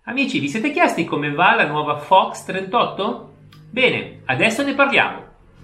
Amici, vi siete chiesti come va la nuova Fox 38? Bene, adesso ne parliamo.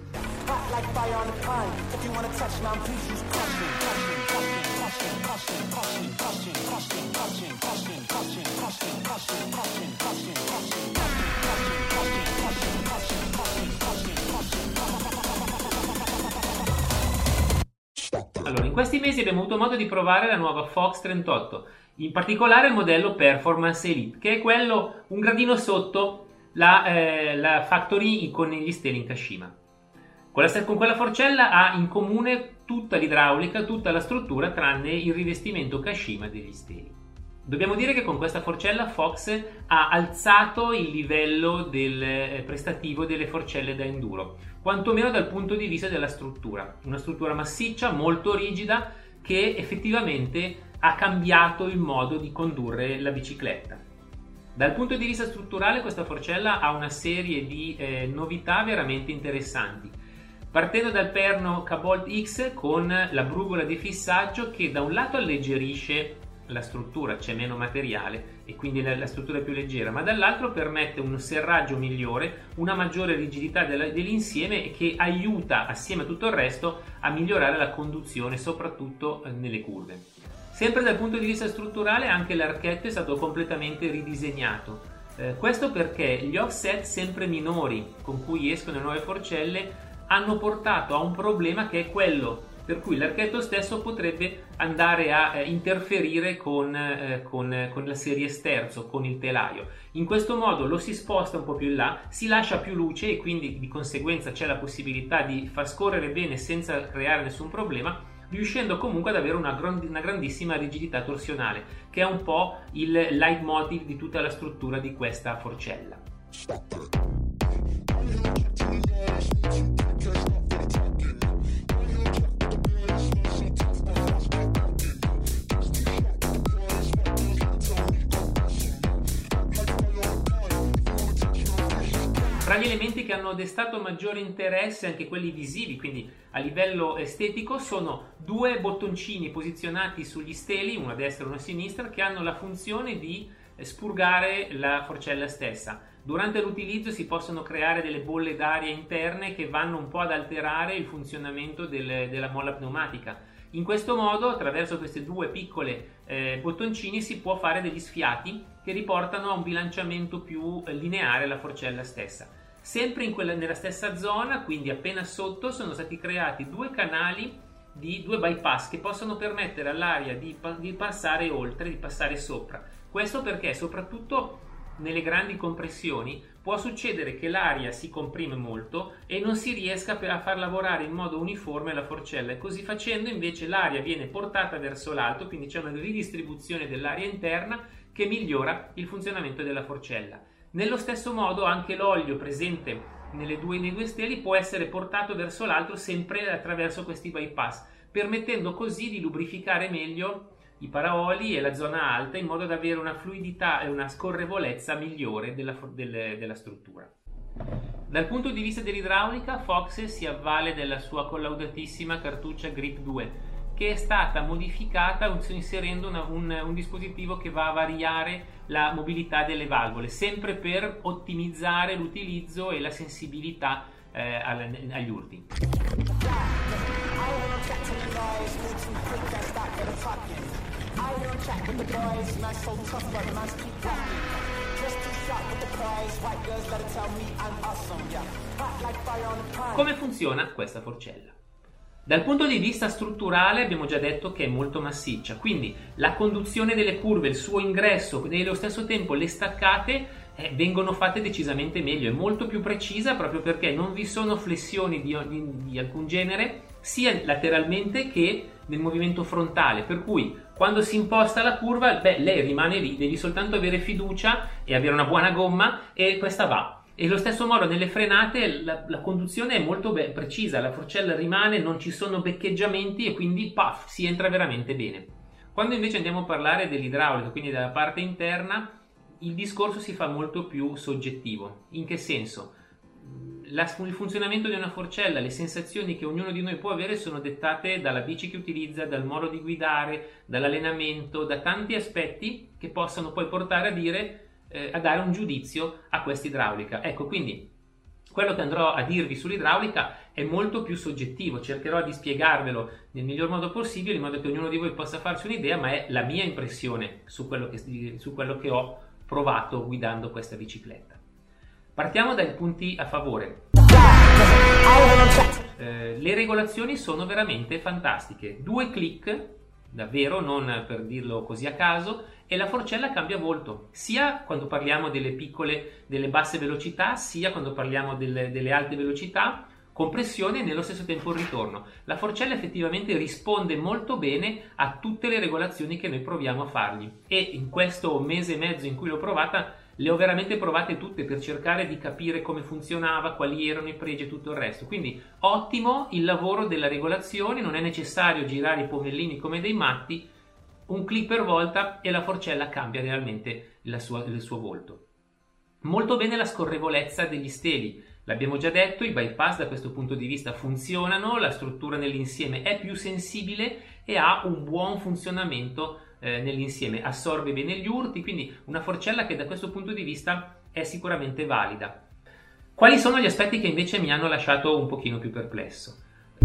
Allora, in questi mesi abbiamo avuto modo di provare la nuova Fox 38, in particolare il modello Performance Elite, che è quello un gradino sotto la Factory con gli steli in Kashima. Con quella forcella ha in comune tutta l'idraulica, tutta la struttura, tranne il rivestimento Kashima degli steli. Dobbiamo dire che con questa forcella Fox ha alzato il livello del prestativo delle forcelle da enduro, quantomeno dal punto di vista della struttura. Una struttura massiccia, molto rigida, che effettivamente ha cambiato il modo di condurre la bicicletta. Dal punto di vista strutturale questa forcella ha una serie di novità veramente interessanti, partendo dal perno Cabolt X con la brugola di fissaggio che da un lato alleggerisce la struttura, c'è meno materiale e quindi la struttura è più leggera, ma dall'altro permette un serraggio migliore, una maggiore rigidità dell'insieme e che aiuta assieme a tutto il resto a migliorare la conduzione, soprattutto nelle curve. Sempre dal punto di vista strutturale anche l'archetto è stato completamente ridisegnato, questo perché gli offset sempre minori con cui escono le nuove forcelle hanno portato a un problema che è quello per cui l'archetto stesso potrebbe andare a interferire con la serie sterzo, con il telaio. In questo modo lo si sposta un po' più in là, si lascia più luce e quindi di conseguenza c'è la possibilità di far scorrere bene senza creare nessun problema, riuscendo comunque ad avere una grandissima rigidità torsionale, che è un po' il leitmotiv di tutta la struttura di questa forcella. Tra gli elementi che hanno destato maggiore interesse, anche quelli visivi, quindi a livello estetico, sono due bottoncini posizionati sugli steli, uno a destra e uno a sinistra, che hanno la funzione di spurgare la forcella stessa. Durante l'utilizzo si possono creare delle bolle d'aria interne che vanno un po' ad alterare il funzionamento della molla pneumatica. In questo modo, attraverso questi due piccole bottoncini, si può fare degli sfiati che riportano a un bilanciamento più lineare la forcella stessa. Sempre nella stessa zona, quindi appena sotto, sono stati creati due canali di due bypass che possono permettere all'aria di passare oltre, di passare sopra. Questo perché soprattutto nelle grandi compressioni può succedere che l'aria si comprime molto e non si riesca a far lavorare in modo uniforme la forcella, e così facendo invece l'aria viene portata verso l'alto, quindi c'è una ridistribuzione dell'aria interna che migliora il funzionamento della forcella. Nello stesso modo anche l'olio presente nei due steli può essere portato verso l'alto sempre attraverso questi bypass, permettendo così di lubrificare meglio i paraoli e la zona alta in modo da avere una fluidità e una scorrevolezza migliore della struttura. Dal punto di vista dell'idraulica, Fox si avvale della sua collaudatissima cartuccia Grip 2, che è stata modificata inserendo un dispositivo che va a variare la mobilità delle valvole, sempre per ottimizzare l'utilizzo e la sensibilità agli urti. Come funziona questa forcella? Dal punto di vista strutturale abbiamo già detto che è molto massiccia, quindi la conduzione delle curve, il suo ingresso e nello stesso tempo le staccate vengono fatte decisamente meglio, è molto più precisa proprio perché non vi sono flessioni di alcun genere sia lateralmente che nel movimento frontale, per cui quando si imposta la curva lei rimane lì, devi soltanto avere fiducia e avere una buona gomma e questa va. E allo stesso modo nelle frenate la conduzione è molto precisa, la forcella rimane, non ci sono beccheggiamenti e quindi si entra veramente bene. Quando invece andiamo a parlare dell'idraulica, quindi della parte interna, il discorso si fa molto più soggettivo. In che senso? Il funzionamento di una forcella, le sensazioni che ognuno di noi può avere sono dettate dalla bici che utilizza, dal modo di guidare, dall'allenamento, da tanti aspetti che possano poi portare a dire a dare un giudizio a questa idraulica. Ecco, quindi quello che andrò a dirvi sull'idraulica è molto più soggettivo, cercherò di spiegarvelo nel miglior modo possibile in modo che ognuno di voi possa farsi un'idea, ma è la mia impressione su quello che ho provato guidando questa bicicletta. Partiamo dai punti a favore. Le regolazioni sono veramente fantastiche, 2 click, davvero, non per dirlo così a caso, e la forcella cambia volto, sia quando parliamo delle basse velocità, sia quando parliamo delle alte velocità, compressione e nello stesso tempo il ritorno. La forcella effettivamente risponde molto bene a tutte le regolazioni che noi proviamo a fargli, e in questo mese e mezzo in cui l'ho provata le ho veramente provate tutte per cercare di capire come funzionava, quali erano i pregi e tutto il resto. Quindi ottimo il lavoro della regolazione, non è necessario girare i pomellini come dei matti, un clic per volta e la forcella cambia realmente il suo volto. Molto bene la scorrevolezza degli steli, l'abbiamo già detto, i bypass da questo punto di vista funzionano, la struttura nell'insieme è più sensibile e ha un buon funzionamento nell'insieme, assorbe bene gli urti, quindi una forcella che da questo punto di vista è sicuramente valida. Quali sono gli aspetti che invece mi hanno lasciato un pochino più perplesso?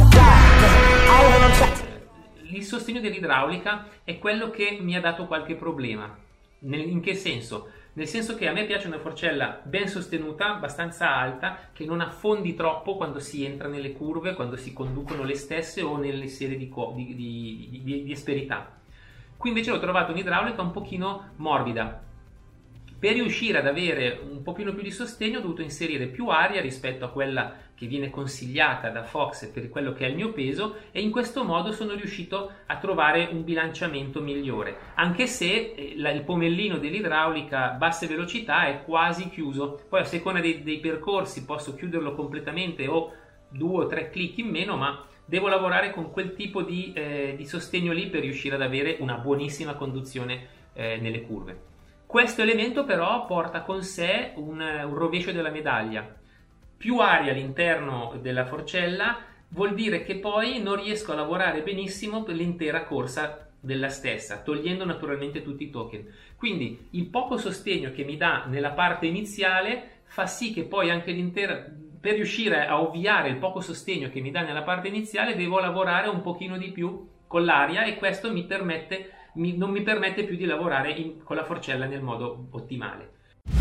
Il sostegno dell'idraulica è quello che mi ha dato qualche problema. In che senso? Nel senso che a me piace una forcella ben sostenuta, abbastanza alta, che non affondi troppo quando si entra nelle curve, quando si conducono le stesse o nelle serie di asperità. Qui invece ho trovato un'idraulica un pochino morbida. Per riuscire ad avere un pochino più di sostegno ho dovuto inserire più aria rispetto a quella che viene consigliata da Fox per quello che è il mio peso, e in questo modo sono riuscito a trovare un bilanciamento migliore, anche se il pomellino dell'idraulica basse velocità è quasi chiuso. Poi a seconda dei percorsi posso chiuderlo completamente o 2 o 3 clic in meno, ma devo lavorare con quel tipo di sostegno lì per riuscire ad avere una buonissima conduzione nelle curve. Questo elemento però porta con sé un rovescio della medaglia. Più aria all'interno della forcella vuol dire che poi non riesco a lavorare benissimo per l'intera corsa della stessa, togliendo naturalmente tutti i token. Quindi il poco sostegno che mi dà nella parte iniziale fa sì che poi anche per riuscire a ovviare il poco sostegno che mi dà nella parte iniziale devo lavorare un pochino di più con l'aria, e questo non mi permette più di lavorare con la forcella nel modo ottimale.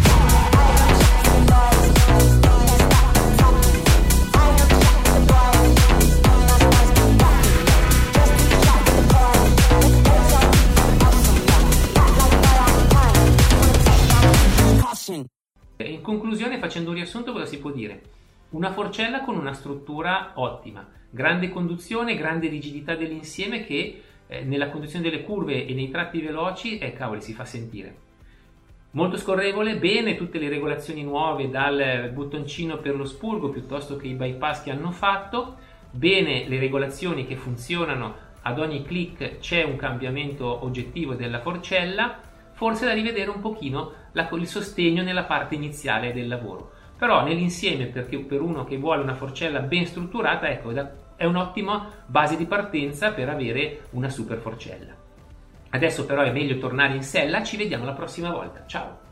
In conclusione, facendo un riassunto, cosa si può dire? Una forcella con una struttura ottima, grande conduzione, grande rigidità dell'insieme che nella conduzione delle curve e nei tratti veloci cavoli, si fa sentire. Molto scorrevole, bene tutte le regolazioni nuove, dal bottoncino per lo spurgo piuttosto che i bypass che hanno fatto, bene le regolazioni che funzionano, ad ogni click c'è un cambiamento oggettivo della forcella, forse da rivedere un pochino il sostegno nella parte iniziale del lavoro. Però nell'insieme, perché per uno che vuole una forcella ben strutturata, ecco, è un'ottima base di partenza per avere una super forcella. Adesso però è meglio tornare in sella, ci vediamo la prossima volta, ciao!